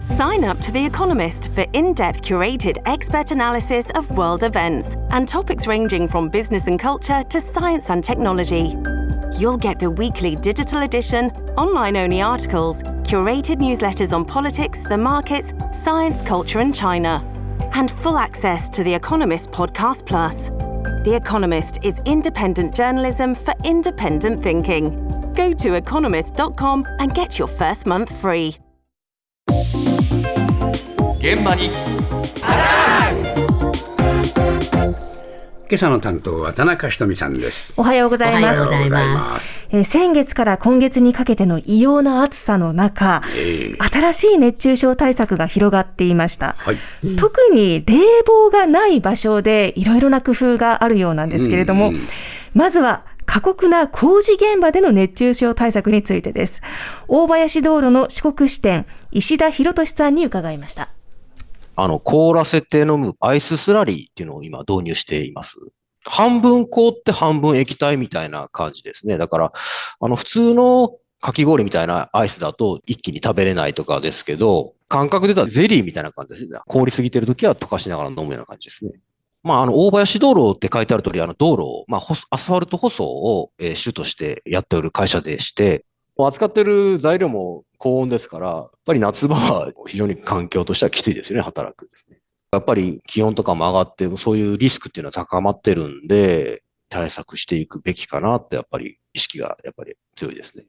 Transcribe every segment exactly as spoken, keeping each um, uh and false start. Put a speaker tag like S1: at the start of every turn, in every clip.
S1: Sign up to The Economist for in-depth curated expert analysis of world events and topics ranging from business and culture to science and technology. You'll get the weekly digital edition, online-only articles, curated newsletters on politics, the markets, science, culture and China, and full access to The Economist Podcast Plus. The Economist is independent journalism for independent thinking. Go to economist dot com and get your first month free.
S2: 現場に
S3: 今朝の担当は田中ひとみさんです。
S4: おはようございます。
S3: おはようございます。
S4: えー、先月から今月にかけての異様な暑さの中、えー、新しい熱中症対策が広がっていました、はい、特に冷房がない場所でいろいろな工夫があるようなんですけれども、うんうん、まずは過酷な工事現場での熱中症対策についてです。大林道路の四国支店、石田博俊さんに伺いました。
S5: あの、凍らせて飲むアイススラリーっていうのを今導入しています。半分凍って半分液体みたいな感じですね。だから、あの、普通のかき氷みたいなアイスだと一気に食べれないとかですけど、感覚で言ったらゼリーみたいな感じですね。凍りすぎてるときは溶かしながら飲むような感じですね。まあ、あの、大林道路って書いてある通り、あの、道路を、まあ、アスファルト舗装を、えー、主としてやっておる会社でして、扱ってる材料も高温ですから、やっぱり夏場は非常に環境としてはきついですよね、働くですね。やっぱり気温とかも上がって、そういうリスクっていうのは高まってるんで、対策していくべきかなって、やっぱり意識がやっぱり強いですね。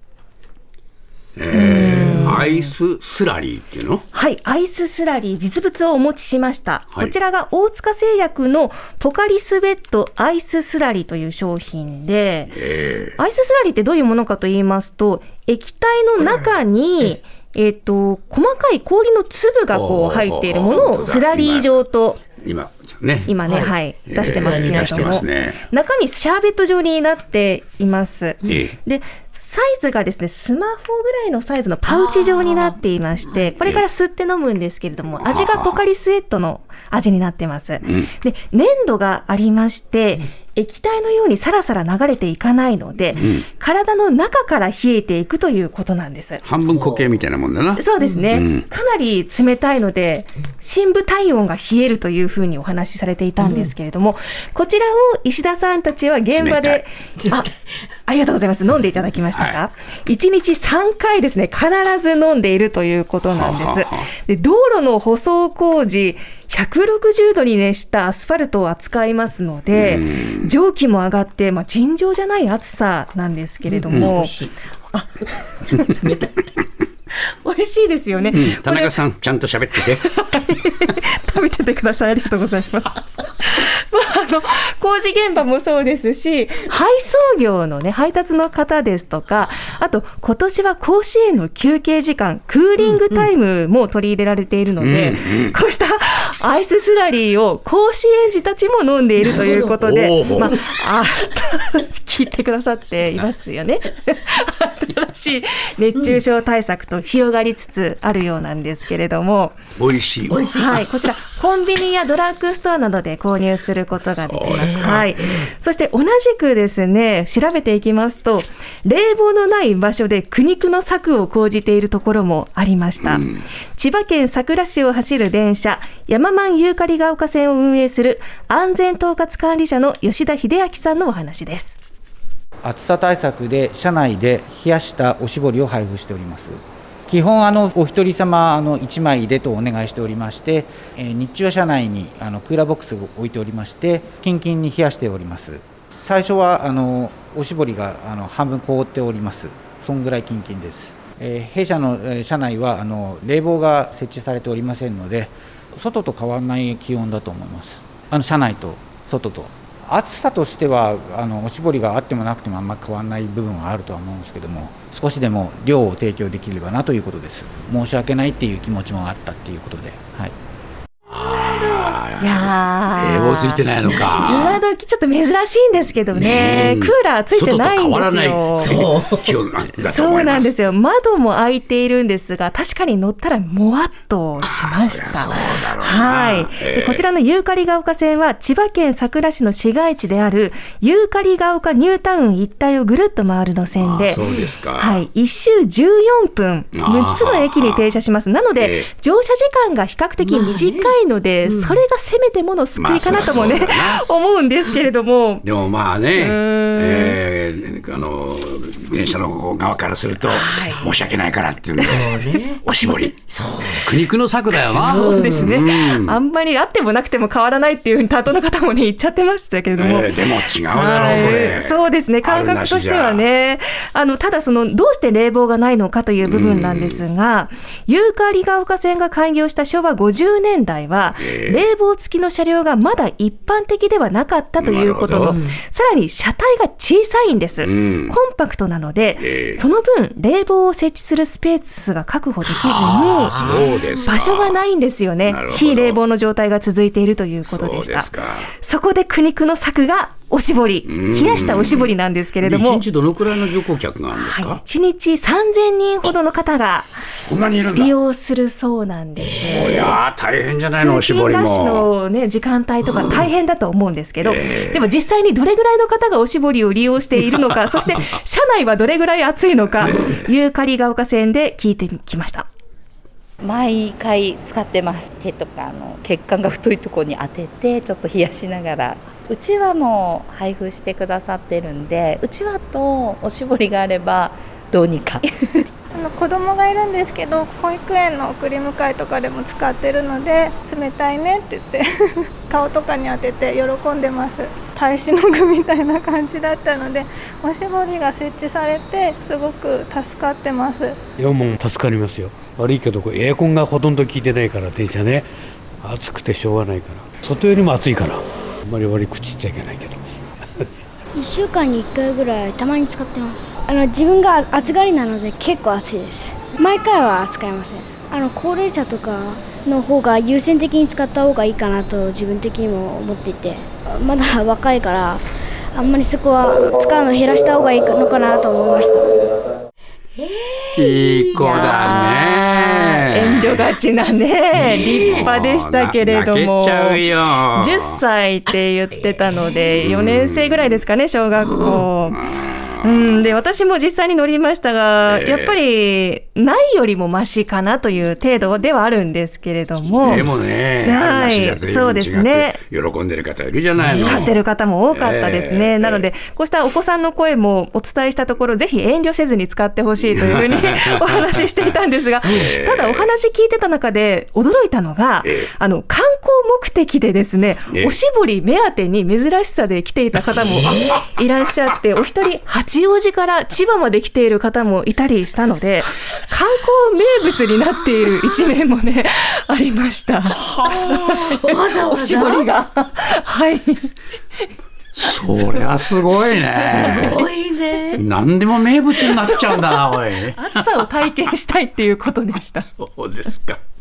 S3: えー、アイススラリーっていうの？
S4: はい、アイススラリー実物をお持ちしました、はい、こちらが大塚製薬のポカリスベットアイススラリーという商品で、えー、アイススラリーってどういうものかと言いますと、液体の中に、えーと、細かい氷の粒がこう入っているものをスラリー状と
S3: 今ね、
S4: 今ね、はいはい、出してますけれども、
S3: ね、
S4: 中身シャーベット状になっています、えー、でサイズがですね、スマホぐらいのサイズのパウチ状になっていまして、これから吸って飲むんですけれども、味がポカリスエットの味になってます。で、粘度がありまして、液体のようにサラサラ流れていかないので、うん、体の中から冷えていくということなんです。
S3: 半分固形みたいなもんだな。
S4: そうですね、うん、かなり冷たいので深部体温が冷えるというふうにお話しされていたんですけれども、うん、こちらを石田さんたちは現場で あ, ありがとうございます。飲んでいただきましたか、はい、いちにちさんかいですね、必ず飲んでいるということなんです。はははで道路の舗装工事、ひゃくろくじゅうどに熱したアスファルトを扱いますので、蒸気も上がって、まあ、尋常じゃない暑さなんですけれども、うん、美味しい。あ冷たい美味しいですよね、
S3: うん、田中さんちゃんと喋ってて
S4: 食べててください。ありがとうございますまあ、あの工事現場もそうですし、配送業の、ね、配達の方ですとか、あと今年は甲子園の休憩時間、クーリングタイムも取り入れられているので、うんうん、こうしたアイススラリーを甲子園児たちも飲んでいるということで、まあ、あ聞いてくださっていますよね新しい熱中症対策と広がりつつあるようなんですけれども、
S3: 美味しい、
S4: はい、こちらコンビニやドラッグストアなどで購入することができます。はい、そして同じくですね、調べていきますと、冷房のない場所で苦肉の策を講じているところもありました、うん、千葉県佐倉市を走る電車山満ユーカリが丘線を運営する安全統括管理者の吉田秀明さんのお話です。
S6: 暑さ対策で車内で冷やしたおしぼりを配布しております。基本あのお一人様あのいちまいでとお願いしておりまして、えー、日中は車内にあのクーラーボックスを置いておりまして、キンキンに冷やしております。最初はあのおしぼりがあの半分凍っております。そんぐらいキンキンです。えー、弊社の、えー、車内はあの冷房が設置されておりませんので、外と変わらない気温だと思います。あの車内と外と。暑さとしてはあのおしぼりがあってもなくてもあんま変わらない部分はあるとは思うんですけども、少しでも量を提供できればなということです。申し訳ないっていう気持ちもあったっていうことで、はい、
S3: ああ
S4: いやー
S3: 冷房ついてないのか。
S4: 今時ちょっと珍しいんですけどね、
S3: ね
S4: クーラーついてないんですよ。
S3: 外と変わらない
S2: そう
S3: 気温なんだと思います。
S4: そうなんですよ。窓も開いているんですが、確かに乗ったらもわっとしました。
S3: そうだろうな。
S4: はい。
S3: えー
S4: でこちらのユーカリが丘線は千葉県佐倉市の市街地であるユーカリが丘ニュータウン一帯をぐるっと回る路線で、
S3: あそうですか。
S4: はい、いち周じゅうよんぷん、むっつの駅に停車します。なので、
S3: えー
S4: 乗車時間が比較的短いので、それがせめてもの救いかなともね、
S3: まあそりゃそう
S4: 思うんですけれども。
S3: でもまあね、
S4: うーん
S3: えーあの電車の側からすると、申し訳ないからっていうんで、おしぼり、苦肉の策だよな。
S4: そうですね、
S3: うん
S4: あんまりあってもなくても変わらないっていうふうに担当の方もね言っちゃってましたけれども、
S3: えーでも違うだろうこれ。
S4: はいそうですね、感覚としてはね、あのただそのどうして冷房がないのかという部分なんですが、ユーカリが丘線が開業したしょわごじゅうねんだいは、
S3: えー
S4: 冷房付きの車両がまだ一般的ではなかったということと、
S3: なるほ
S4: さらに車体が小さいんです、
S3: ん
S4: コンパクトなので、
S3: えー
S4: その分冷房を設置するスペースが確保できずに
S3: そうですか。
S4: 場所がないんですよね
S3: なるほど。
S4: 非冷房の状態が続いているということでした。
S3: そうですか。
S4: そこで苦肉の策がおしぼり、
S3: ん
S4: 冷やしたおしぼりなんですけれど
S3: 一
S4: も、
S3: 日どのくらいの乗降客があるんですか。
S4: はい、いちにちさんぜんにんほどの方が
S3: そんなにいるんだ。
S4: 利用するそうなんです。
S3: いやー大変じゃないのおしぼりも。
S4: 通勤ラッシュの、ね、時間帯とか大変だと思うんですけど、
S3: えー
S4: でも実際にどれぐらいの方がおしぼりを利用しているのか、そして車内はどれぐらい暑いのか、ユーカリが丘線で聞いてきました。
S7: 毎回使ってます。手とかあの血管が太いところに当ててちょっと冷やしながら、うちわも配布してくださってるんで、うちわとおしぼりがあればどうにか
S8: あの子供がいるんですけど、保育園の送り迎えとかでも使ってるので、冷たいねって言って顔とかに当てて喜んでます。耐えしのぐみたいな感じだったので、おしぼりが設置されてすごく助かってます。
S9: いやもう助かりますよ。悪いけどこれエアコンがほとんど効いてないから、電車ね暑くてしょうがないから、外よりも暑いから、あんまり悪い口言っちゃいけないけど
S10: いっしゅうかんにいっかいぐらいたまに使ってます。あの自分が暑がりなので結構暑いです。毎回は使いません。あの高齢者とかの方が優先的に使った方がいいかなと自分的にも思っていて、まだ若いからあんまりそこは使うの減らした方がいいのかなと思いました。
S3: いい子だね。
S4: 遠慮がちなね、立派でしたけれども、
S3: 泣けちゃうよ。
S4: じゅっさいって言ってたので、よねんせいぐらいですかね、小学校。うんで私も実際に乗りましたが、
S3: えー
S4: やっぱりないよりもマシかなという程度ではあるんですけれども、
S3: でもね、
S4: はい
S3: あるなしじゃ随分
S4: そうですね
S3: 違って喜んでる方いるじゃないの。
S4: 使ってる方も多かったですね、
S3: えー
S4: なのでこうしたお子さんの声もお伝えしたところ、ぜひ遠慮せずに使ってほしいというふうにお話ししていたんですが、
S3: えー
S4: ただお話聞いてた中で驚いたのが、
S3: えー
S4: あの観光目的でですね、
S3: えー
S4: おしぼり目当てに珍しさで来ていた方もいらっしゃって、お一人八王子から千葉まで来ている方もいたりしたので、観光名物になっている一面もねありました。
S2: わざわざ
S4: おしぼりがはい
S3: そりゃすごいね。
S2: すごいね。
S3: 何でも名物になっちゃうんだな、おい。
S4: 暑さを体験したいっていうことでした。
S3: そうですか。